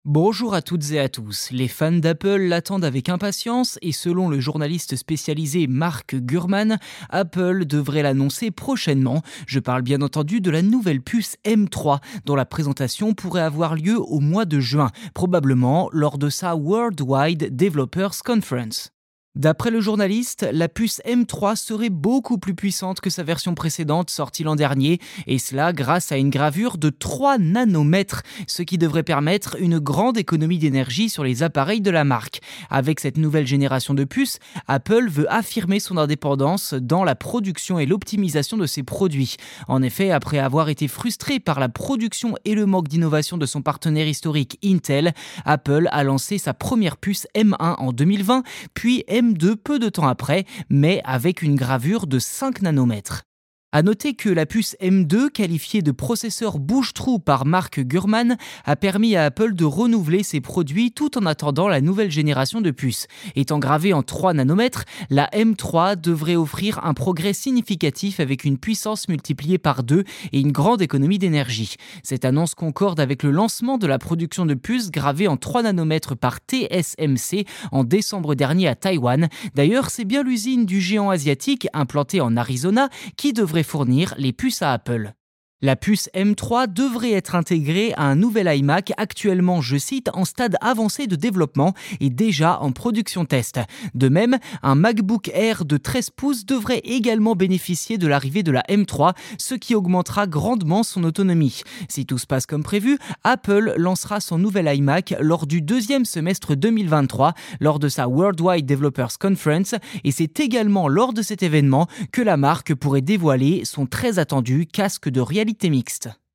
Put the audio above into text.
Bonjour à toutes et à tous. Les fans d'Apple l'attendent avec impatience et selon le journaliste spécialisé Mark Gurman, Apple devrait l'annoncer prochainement. Je parle bien entendu de la nouvelle puce M3 dont la présentation pourrait avoir lieu au mois de juin, probablement lors de sa Worldwide Developers Conference. D'après le journaliste, la puce M3 serait beaucoup plus puissante que sa version précédente sortie l'an dernier, et cela grâce à une gravure de 3 nanomètres, ce qui devrait permettre une grande économie d'énergie sur les appareils de la marque. Avec cette nouvelle génération de puces, Apple veut affirmer son indépendance dans la production et l'optimisation de ses produits. En effet, après avoir été frustré par la production et le manque d'innovation de son partenaire historique Intel, Apple a lancé sa première puce M1 en 2020, puis M2 peu de temps après, mais avec une gravure de 5 nanomètres. À noter que la puce M2, qualifiée de processeur bouche-trou par Mark Gurman, a permis à Apple de renouveler ses produits tout en attendant la nouvelle génération de puces. Étant gravée en 3 nanomètres, la M3 devrait offrir un progrès significatif avec une puissance multipliée par 2 et une grande économie d'énergie. Cette annonce concorde avec le lancement de la production de puces gravées en 3 nanomètres par TSMC en décembre dernier à Taïwan. D'ailleurs, c'est bien l'usine du géant asiatique implantée en Arizona qui devrait fournir les puces à Apple. La puce M3 devrait être intégrée à un nouvel iMac actuellement, je cite, en stade avancé de développement et déjà en production test. De même, un MacBook Air de 13 pouces devrait également bénéficier de l'arrivée de la M3, ce qui augmentera grandement son autonomie. Si tout se passe comme prévu, Apple lancera son nouvel iMac lors du deuxième semestre 2023, lors de sa Worldwide Developers Conference, et c'est également lors de cet événement que la marque pourrait dévoiler son très attendu casque de réalité mixte.